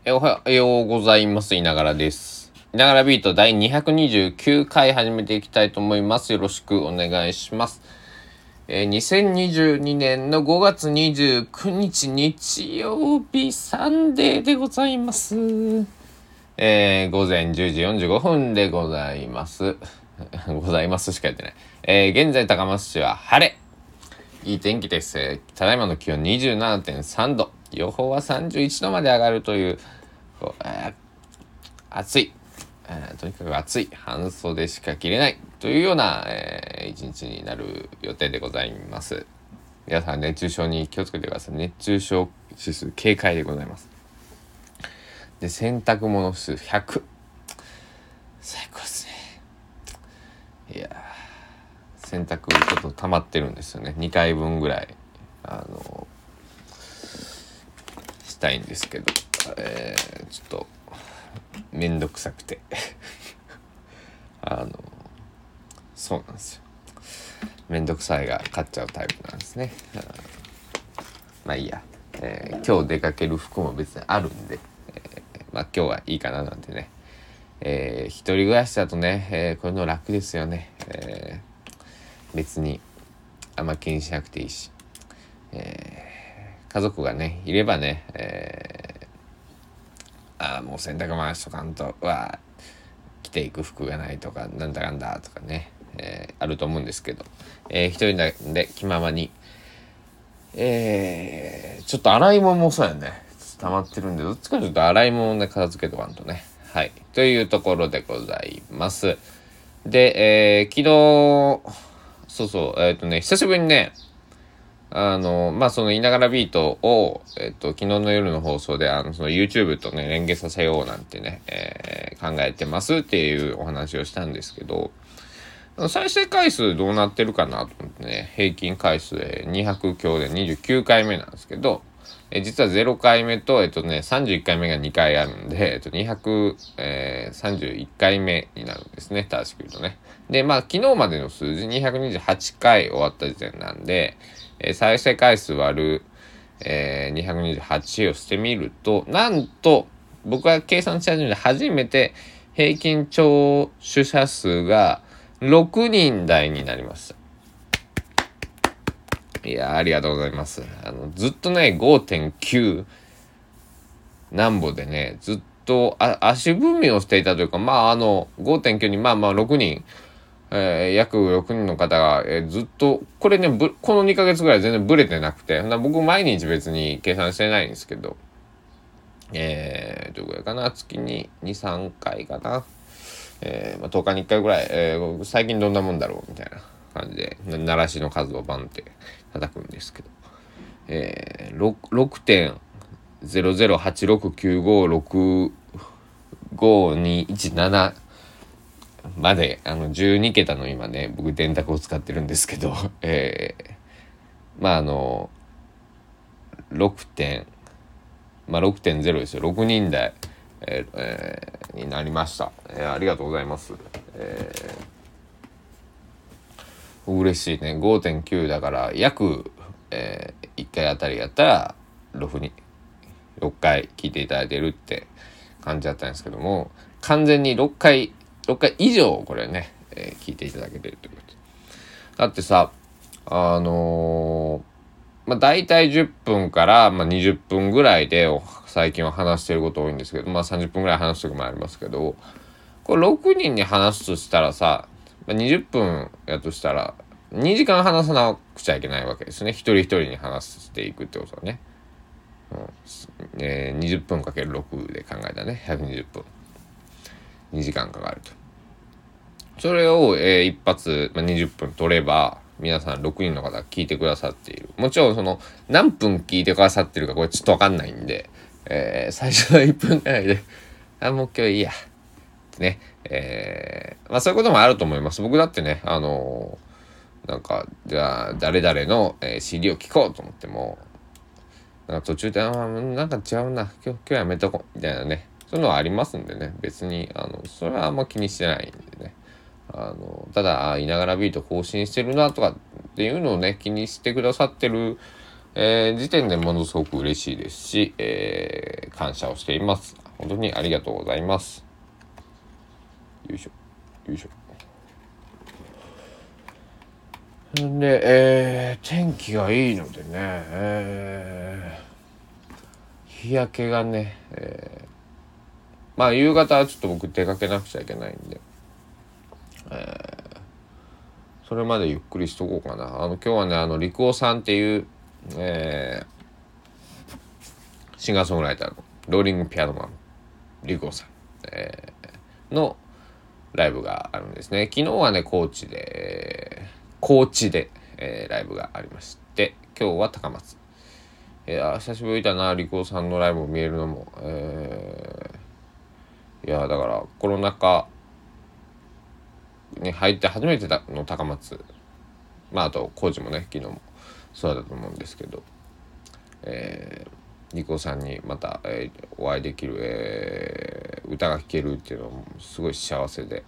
おはようございます。いながらです。いながらビート第229回始めていきたいと思います。よろしくお願いします。2022年の5月29日日曜日サンデーでございます。午前10時45分でございます。ございますしか言ってない。現在高松市は晴れ。いい天気です。ただいまの気温 27.3 度。予報は31度まで上がるという、暑い、とにかく暑い、半袖しか着れないというような、一日になる予定でございます。皆さん熱中症に気をつけてください。熱中症指数警戒でございます。で、洗濯物指数100、最高ですね。いや洗濯ちょっと溜まってるんですよね。2回分ぐらいしたいんですけど、ちょっとめんどくさくてそうなんですよ。めんどくさいが勝っちゃうタイプなんですね。まあいいや、今日出かける服も別にあるんで、まあ今日はいいかななんてね。一人暮らしだとね、こういうの楽ですよね。別にあんま気にしなくていいし、家族がねいればね、もう洗濯回しとかんと着ていく服がないとかなんだかんだとかね、あると思うんですけど、一人なんで気ままに、ちょっと洗い物もそうやね溜まってるんで、どっちかというと洗い物で片付けとかんとね、はいというところでございます。で、昨日久しぶりにねそのいながらビートを、昨日の夜の放送でその YouTube とね連携させようなんてね、考えてますっていうお話をしたんですけど、再生回数どうなってるかなと思ってね、平均回数で200強で29回目なんですけど、実は0回目と31回目が2回あるんで、231回目になるんですね、正しく言うとね。で昨日までの数字228回終わった時点なんで、再生回数割る、228をしてみると、なんと僕が計算し始めて初めて平均聴取者数が6人台になりました。いやありがとうございます。ずっとね 5.9 なんぼでねずっと足踏みをしていたというか、5.9 に6人、約6人の方が、ずっとこれねこの2ヶ月ぐらい全然ブレてなくて、僕毎日別に計算してないんですけど、どれぐらいかな、月に 2,3 回かな、10日に1回ぐらい、最近どんなもんだろうみたいな感じで鳴らしの数をバンって叩くんですけど、6.00869565217まで12桁の今ね僕電卓を使ってるんですけど、6点6.0ですよ。6人台、になりました。ありがとうございます。嬉しいね。 5.9 だから約、1回あたりやったら6回聞いていただいてるって感じだったんですけども、完全に6回以上これね、聞いていただけてるということだってさ、大体10分から、20分ぐらいで最近は話してること多いんですけど、30分ぐらい話す時もありますけど、これ6人に話すとしたらさ、20分やとしたら2時間話さなくちゃいけないわけですね。一人一人に話していくってことはね、20分かける6で考えたらね120分2時間かかると。それを、一発、20分取れば皆さん6人の方聞いてくださっている。もちろんその何分聞いてくださってるかこれちょっと分かんないんで、最初は1分ぐらいでもう今日いいやってね、そういうこともあると思います。僕だってねなんかじゃあ誰々の、CD を聞こうと思ってもなんか途中でなんか違うな今日やめとこうみたいなね、そういうのはありますんでね、別にそれはあんま気にしてないんでね、ただいながらビート更新してるなとかっていうのをね気にしてくださってる、 時点でものすごく嬉しいですし、感謝をしています。本当にありがとうございます。よいしょよいしょ。で、天気がいいのでね、日焼けがね、まあ夕方はちょっと僕出かけなくちゃいけないんで、それまでゆっくりしとこうかな。今日はね、陸尾さんっていう、シンガーソングライターのローリングピアノマン陸尾さん、のライブがあるんですね。昨日はね高知で、ライブがありまして、今日は高松。久しぶりだな、陸尾さんのライブを見えるのも。いやだからコロナ禍に入って初めての高松、まああと高知もね昨日もそうだと思うんですけど、陸尾さんにまた、お会いできる、歌が聴けるっていうのもすごい幸せで、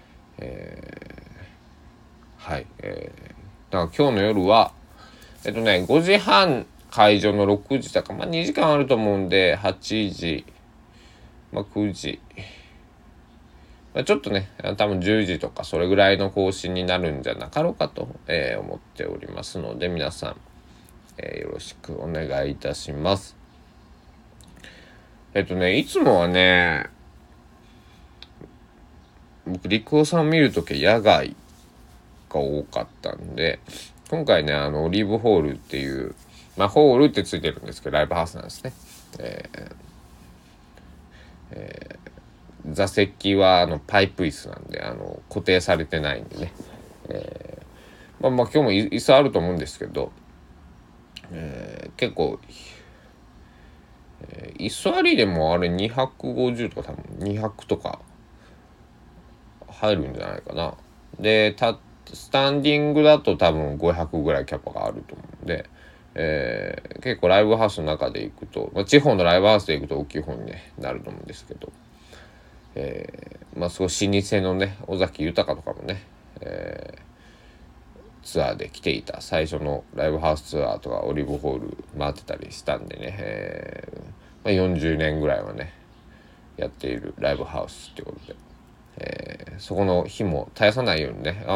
はい、だから今日の夜は5時半会場の6時だから、2時間あると思うんで8時、9時、ちょっとね多分10時とかそれぐらいの更新になるんじゃなかろうかと、思っておりますので、皆さん、よろしくお願いいたします。いつもはね、僕陸尾さんを見るとき野外が多かったんで、今回ねオリーブホールっていう、ホールってついてるんですけどライブハウスなんですね。座席はパイプ椅子なんで固定されてないんでね、今日も椅子あると思うんですけど、結構、椅子ありでもあれ250とか多分200とか入るんじゃないかな。でスタンディングだと多分500ぐらいキャパがあると思うんで、結構ライブハウスの中で行くと、地方のライブハウスで行くと大きい方に、なると思うんですけど、すごい老舗のね尾崎豊とかもね、ツアーで来ていた最初のライブハウスツアーとかオリーブホール回ってたりしたんでね、40年ぐらいはねやっているライブハウスってことで、そこの火も絶やさないようにね、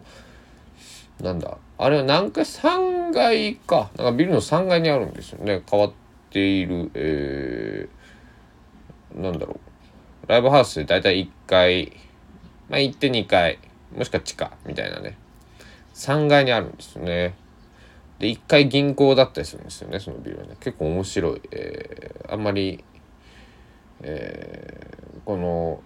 あれは何階3階かなんかビルの3階にあるんですよね。変わっている、ライブハウスでだいたい1階、行って2階もしくは地下みたいなね3階にあるんですよね。で1階銀行だったりするんですよね、そのビルはね。結構面白い、あんまり、この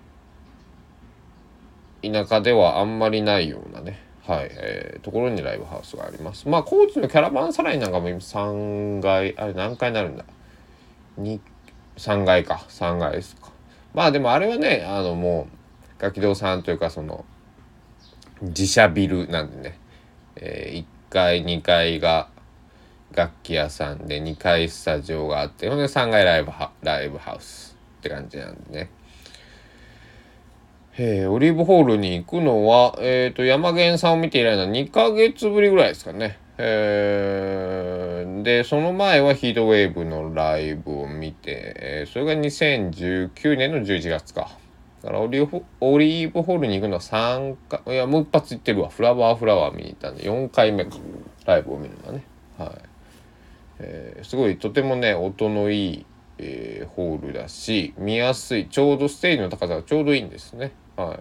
田舎ではあんまりないようなね、ところにライブハウスがあります。高知のキャラバンサライなんかも今3階、あれ何階になるんだ、3階か、3階ですか。でもあれはねもうガキ堂さんというかその自社ビルなんでね、1階2階が楽器屋さんで2階スタジオがあって、ほんで3階ライブハウスって感じなんでね。オリーブホールに行くのは山源さんを見て以来の2ヶ月ぶりぐらいですかね。でその前はヒートウェーブのライブを見て、それが2019年の11月か。だからオリーブホールに行くのは3回、いやもう一発行ってるわ。フラワー見に行ったんで4回目か、ライブを見るのはね。すごいとてもね音のいい、ホールだし見やすい、ちょうどステージの高さがちょうどいいんですね。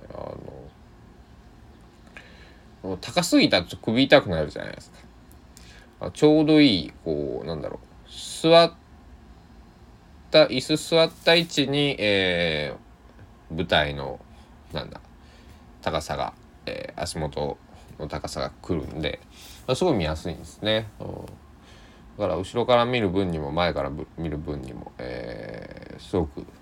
高すぎたらちょっと首痛くなるじゃないですか。ちょうどいい椅子座った位置に、舞台の高さが、足元の高さが来るんで、すごい見やすいんですね。だから後ろから見る分にも前から見る分にも、すごく、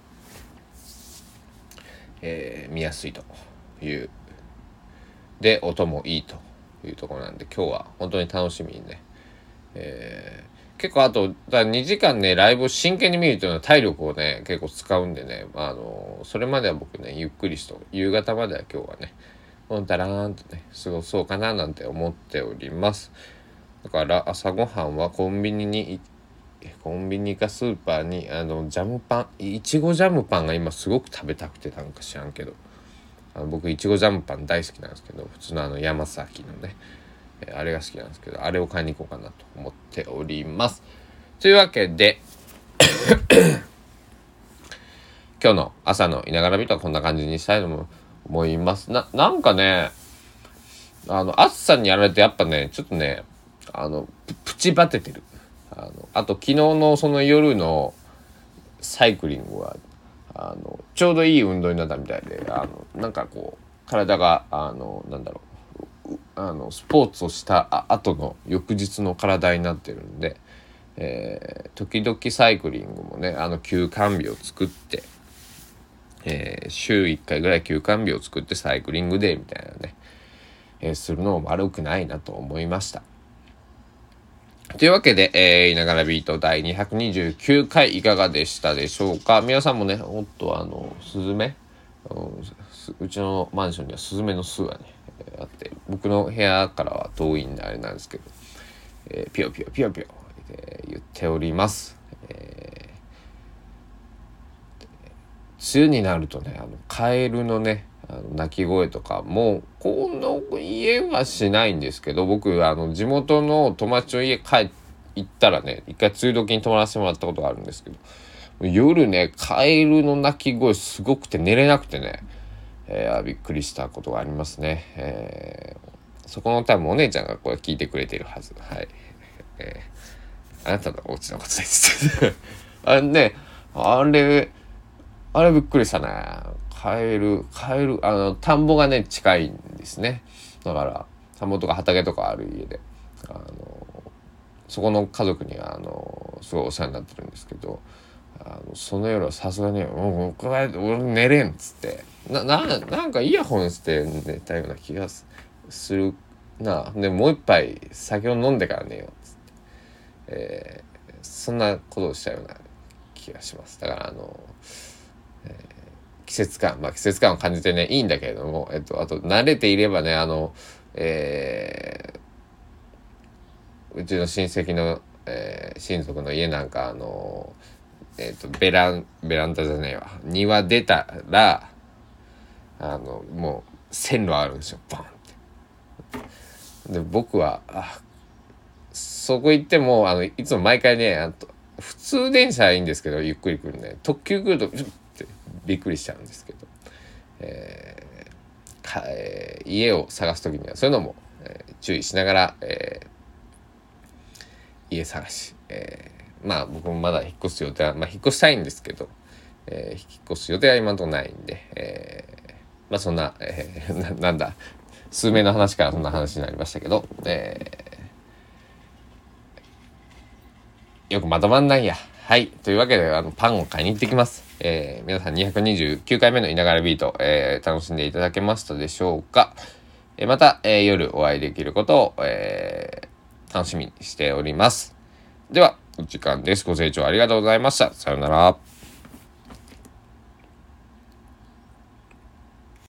見やすいというで音もいいというところなんで、今日は本当に楽しみにね、結構あと2時間ねライブを真剣に見るというのは体力をね結構使うんでね、それまでは僕ねゆっくりと夕方までは今日はねダラーンとね過ごそうかななんて思っております。 だから朝ごはんはコンビニかスーパーにジャムパン、いちごジャムパンが今すごく食べたくて、なんか知らんけど、僕いちごジャムパン大好きなんですけど、普通の山崎のね、あれが好きなんですけど、あれを買いに行こうかなと思っております。というわけで今日の朝のいながらビートはこんな感じにしたいと思います。なんかね、暑さにやられてやっぱね、ちょっとね、プチバテてる。あと昨日のその夜のサイクリングはちょうどいい運動になったみたいで、なんかこう体がなんだろう、スポーツをした後の翌日の体になってるんで、時々サイクリングもね、休館日を作って、週1回ぐらい休館日を作ってサイクリングデーみたいなね、するのも悪くないなと思いました。というわけで、いながらビート第229回いかがでしたでしょうか。皆さんもね、スズメ、うちのマンションにはスズメの巣がね、あって、僕の部屋からは遠いんであれなんですけど、ピヨピヨピヨピヨ、言っております。梅雨になるとね、カエルのね、鳴き声とかもうこの家はしないんですけど、僕地元の友達の家行ったらね、一回梅雨時に泊まらせてもらったことがあるんですけど、夜ねカエルの鳴き声すごくて寝れなくてね、びっくりしたことがありますね。そこの多分お姉ちゃんがこれ聞いてくれてるはず。はい、あなたのお家のことですあれびっくりしたね。カエル田んぼがね近いんですね。だから田んぼとか畑とかある家で、そこの家族にはすごいお世話になってるんですけど、その夜はさすがに俺寝れんっつって、なんかイヤホンして寝たような気がするな。でもう一杯酒を飲んでから寝ようっつって、そんなことをしたような気がします。だから季節感を感じてねいいんだけれども、あと慣れていればね、うちの親戚の、親族の家なんかベランダじゃねえわ、庭出たらもう線路あるんですよ、バンって。で僕はそこ行ってもいつも毎回ね、普通電車はいいんですけど、ゆっくり来るね、特急来るとちょっとびっくりしちゃうんですけど、家を探すときにはそういうのも、注意しながら、家探し、まあ僕もまだ引っ越す予定は、引っ越したいんですけど、引っ越す予定は今のところないんで、そんな、なんだ数名の話からそんな話になりましたけど、よくまとまんないや。はい。というわけで、パンを買いに行ってきます。皆さん229回目のいながらビート、楽しんでいただけましたでしょうか。また、夜お会いできることを、楽しみにしております。では、お時間です。ご清聴ありがとうございました。さようなら。